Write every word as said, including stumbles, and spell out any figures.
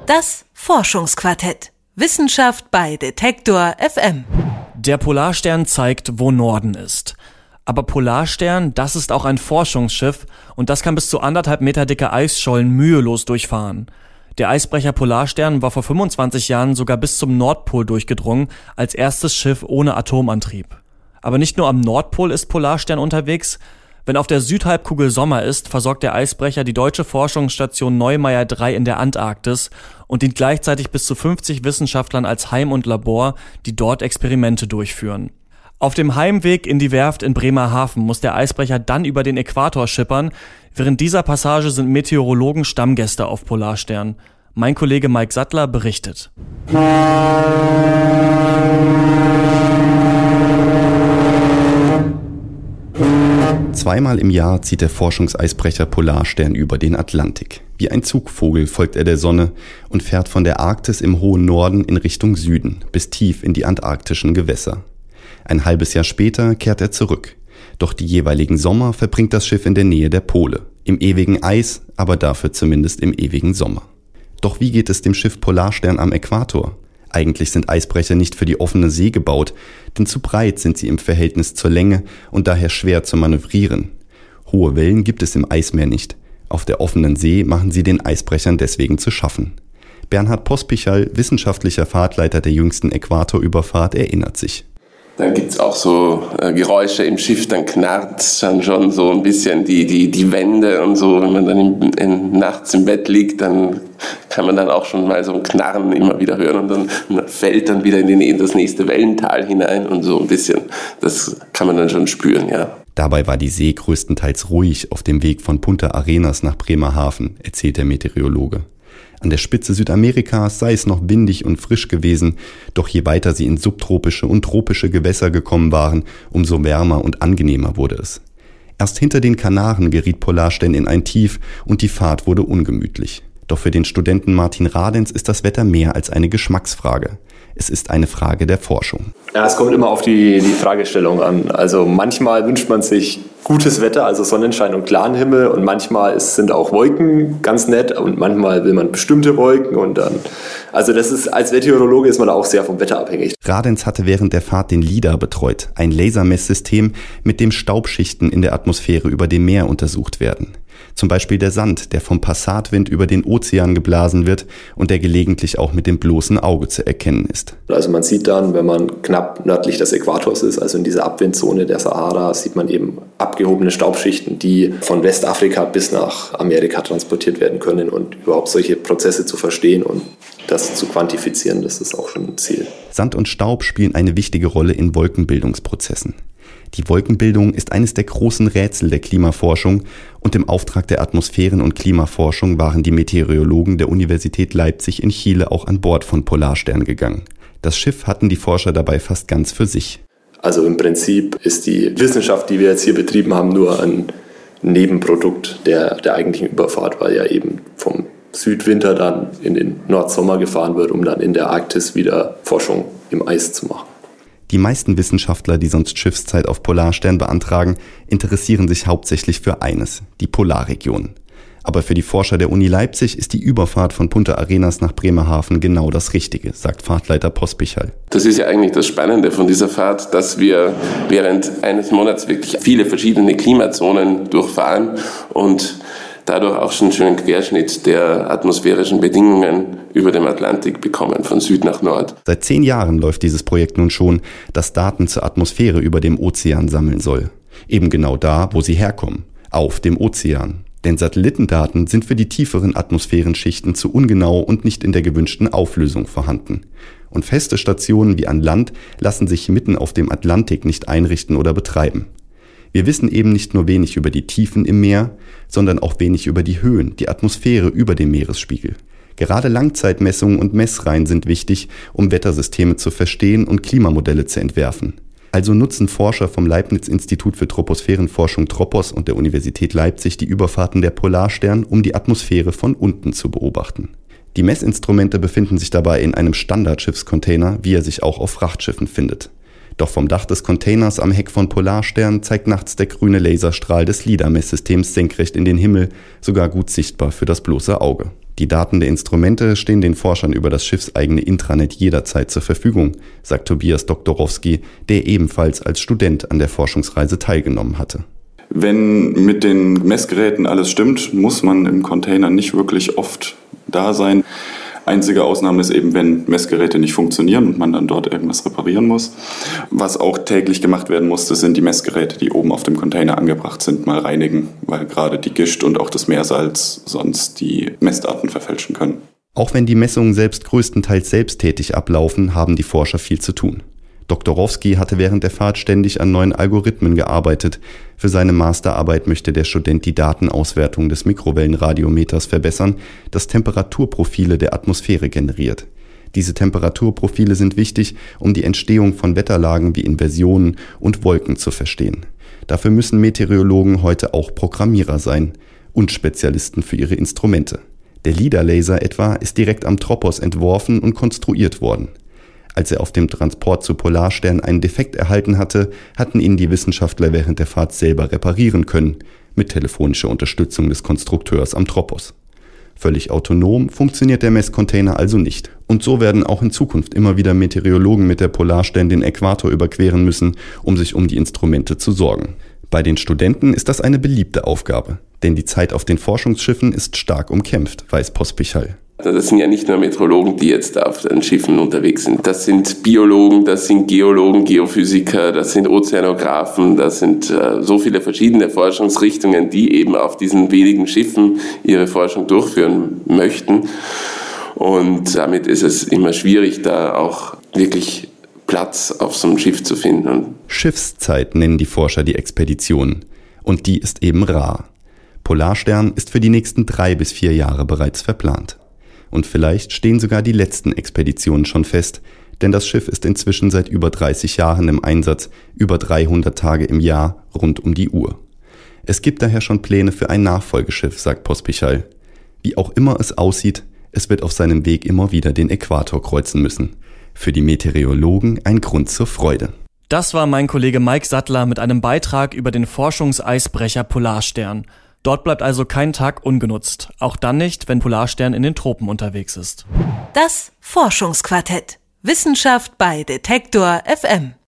Das Forschungsquartett. Wissenschaft bei Detektor F M. Der Polarstern zeigt, wo Norden ist. Aber Polarstern, das ist auch ein Forschungsschiff und das kann bis zu anderthalb Meter dicke Eisschollen mühelos durchfahren. Der Eisbrecher Polarstern war vor fünfundzwanzig Jahren sogar bis zum Nordpol durchgedrungen, als erstes Schiff ohne Atomantrieb. Aber nicht nur am Nordpol ist Polarstern unterwegs. Wenn auf der Südhalbkugel Sommer ist, versorgt der Eisbrecher die deutsche Forschungsstation Neumeier drei in der Antarktis und dient gleichzeitig bis zu fünfzig Wissenschaftlern als Heim und Labor, die dort Experimente durchführen. Auf dem Heimweg in die Werft in Bremerhaven muss der Eisbrecher dann über den Äquator schippern. Während dieser Passage sind Meteorologen Stammgäste auf Polarstern. Mein Kollege Mike Sattler berichtet. Zweimal im Jahr zieht der Forschungseisbrecher Polarstern über den Atlantik. Wie ein Zugvogel folgt er der Sonne und fährt von der Arktis im hohen Norden in Richtung Süden bis tief in die antarktischen Gewässer. Ein halbes Jahr später kehrt er zurück. Doch die jeweiligen Sommer verbringt das Schiff in der Nähe der Pole. Im ewigen Eis, aber dafür zumindest im ewigen Sommer. Doch wie geht es dem Schiff Polarstern am Äquator? Eigentlich sind Eisbrecher nicht für die offene See gebaut, denn zu breit sind sie im Verhältnis zur Länge und daher schwer zu manövrieren. Hohe Wellen gibt es im Eismeer nicht. Auf der offenen See machen sie den Eisbrechern deswegen zu schaffen. Bernhard Pospichal, wissenschaftlicher Fahrtleiter der jüngsten Äquatorüberfahrt, erinnert sich. Dann gibt es auch so äh, Geräusche im Schiff, dann knarrt dann schon so ein bisschen die, die, die Wände und so. Wenn man dann im, in, nachts im Bett liegt, dann kann man dann auch schon mal so ein Knarren immer wieder hören und dann man fällt dann wieder in, den, in das nächste Wellental hinein und so ein bisschen. Das kann man dann schon spüren, ja. Dabei war die See größtenteils ruhig auf dem Weg von Punta Arenas nach Bremerhaven, erzählt der Meteorologe. An der Spitze Südamerikas sei es noch windig und frisch gewesen, doch je weiter sie in subtropische und tropische Gewässer gekommen waren, umso wärmer und angenehmer wurde es. Erst hinter den Kanaren geriet Polarstern in ein Tief und die Fahrt wurde ungemütlich. Doch für den Studenten Martin Radenz ist das Wetter mehr als eine Geschmacksfrage. Es ist eine Frage der Forschung. Ja, es kommt immer auf die, die Fragestellung an. Also manchmal wünscht man sich gutes Wetter, also Sonnenschein und klaren Himmel, und manchmal ist, sind auch Wolken ganz nett und manchmal will man bestimmte Wolken und dann, also das ist, als Meteorologe ist man da auch sehr vom Wetter abhängig. Radenz hatte während der Fahrt den LIDAR betreut, ein Lasermesssystem, mit dem Staubschichten in der Atmosphäre über dem Meer untersucht werden. Zum Beispiel der Sand, der vom Passatwind über den Ozean geblasen wird und der gelegentlich auch mit dem bloßen Auge zu erkennen ist. Also man sieht dann, wenn man knapp nördlich des Äquators ist, also in dieser Abwindzone der Sahara, sieht man eben abgehobene Staubschichten, die von Westafrika bis nach Amerika transportiert werden können, und überhaupt solche Prozesse zu verstehen und das zu quantifizieren, das ist auch schon ein Ziel. Sand und Staub spielen eine wichtige Rolle in Wolkenbildungsprozessen. Die Wolkenbildung ist eines der großen Rätsel der Klimaforschung und im Auftrag der Atmosphären- und Klimaforschung waren die Meteorologen der Universität Leipzig in Chile auch an Bord von Polarstern gegangen. Das Schiff hatten die Forscher dabei fast ganz für sich. Also im Prinzip ist die Wissenschaft, die wir jetzt hier betrieben haben, nur ein Nebenprodukt der, der eigentlichen Überfahrt, weil ja eben vom Südwinter dann in den Nordsommer gefahren wird, um dann in der Arktis wieder Forschung im Eis zu machen. Die meisten Wissenschaftler, die sonst Schiffszeit auf Polarstern beantragen, interessieren sich hauptsächlich für eines, die Polarregion. Aber für die Forscher der Uni Leipzig ist die Überfahrt von Punta Arenas nach Bremerhaven genau das Richtige, sagt Fahrtleiter Pospichal. Das ist ja eigentlich das Spannende von dieser Fahrt, dass wir während eines Monats wirklich viele verschiedene Klimazonen durchfahren und dadurch auch schon einen schönen Querschnitt der atmosphärischen Bedingungen über dem Atlantik bekommen, von Süd nach Nord. Seit zehn Jahren läuft dieses Projekt nun schon, das Daten zur Atmosphäre über dem Ozean sammeln soll. Eben genau da, wo sie herkommen, auf dem Ozean. Denn Satellitendaten sind für die tieferen Atmosphärenschichten zu ungenau und nicht in der gewünschten Auflösung vorhanden. Und feste Stationen wie an Land lassen sich mitten auf dem Atlantik nicht einrichten oder betreiben. Wir wissen eben nicht nur wenig über die Tiefen im Meer, sondern auch wenig über die Höhen, die Atmosphäre über dem Meeresspiegel. Gerade Langzeitmessungen und Messreihen sind wichtig, um Wettersysteme zu verstehen und Klimamodelle zu entwerfen. Also nutzen Forscher vom Leibniz-Institut für Troposphärenforschung Tropos und der Universität Leipzig die Überfahrten der Polarstern, um die Atmosphäre von unten zu beobachten. Die Messinstrumente befinden sich dabei in einem Standardschiffscontainer, wie er sich auch auf Frachtschiffen findet. Doch vom Dach des Containers am Heck von Polarstern zeigt nachts der grüne Laserstrahl des LIDAR-Messsystems senkrecht in den Himmel, sogar gut sichtbar für das bloße Auge. Die Daten der Instrumente stehen den Forschern über das schiffseigene Intranet jederzeit zur Verfügung, sagt Tobias Doktorowski, der ebenfalls als Student an der Forschungsreise teilgenommen hatte. Wenn mit den Messgeräten alles stimmt, muss man im Container nicht wirklich oft da sein. Einzige Ausnahme ist eben, wenn Messgeräte nicht funktionieren und man dann dort irgendwas reparieren muss. Was auch täglich gemacht werden muss, das sind die Messgeräte, die oben auf dem Container angebracht sind, mal reinigen, weil gerade die Gischt und auch das Meersalz sonst die Messdaten verfälschen können. Auch wenn die Messungen selbst größtenteils selbsttätig ablaufen, haben die Forscher viel zu tun. Doktorowski hatte während der Fahrt ständig an neuen Algorithmen gearbeitet. Für seine Masterarbeit möchte der Student die Datenauswertung des Mikrowellenradiometers verbessern, das Temperaturprofile der Atmosphäre generiert. Diese Temperaturprofile sind wichtig, um die Entstehung von Wetterlagen wie Inversionen und Wolken zu verstehen. Dafür müssen Meteorologen heute auch Programmierer sein und Spezialisten für ihre Instrumente. Der LIDAR-Laser etwa ist direkt am Tropos entworfen und konstruiert worden. Als er auf dem Transport zu Polarstern einen Defekt erhalten hatte, hatten ihn die Wissenschaftler während der Fahrt selber reparieren können, mit telefonischer Unterstützung des Konstrukteurs am Tropos. Völlig autonom funktioniert der Messcontainer also nicht. Und so werden auch in Zukunft immer wieder Meteorologen mit der Polarstern den Äquator überqueren müssen, um sich um die Instrumente zu sorgen. Bei den Studenten ist das eine beliebte Aufgabe, denn die Zeit auf den Forschungsschiffen ist stark umkämpft, weiß Pospichal. Das sind ja nicht nur Meteorologen, die jetzt auf den Schiffen unterwegs sind. Das sind Biologen, das sind Geologen, Geophysiker, das sind Ozeanographen, das sind äh, so viele verschiedene Forschungsrichtungen, die eben auf diesen wenigen Schiffen ihre Forschung durchführen möchten. Und damit ist es immer schwierig, da auch wirklich Platz auf so einem Schiff zu finden. Schiffszeit nennen die Forscher die Expedition. Und die ist eben rar. Polarstern ist für die nächsten drei bis vier Jahre bereits verplant. Und vielleicht stehen sogar die letzten Expeditionen schon fest, denn das Schiff ist inzwischen seit über dreißig Jahren im Einsatz, über dreihundert Tage im Jahr, rund um die Uhr. Es gibt daher schon Pläne für ein Nachfolgeschiff, sagt Pospichal. Wie auch immer es aussieht, es wird auf seinem Weg immer wieder den Äquator kreuzen müssen. Für die Meteorologen ein Grund zur Freude. Das war mein Kollege Mike Sattler mit einem Beitrag über den Forschungseisbrecher Polarstern. Dort bleibt also kein Tag ungenutzt. Auch dann nicht, wenn Polarstern in den Tropen unterwegs ist. Das Forschungsquartett. Wissenschaft bei Detektor F M.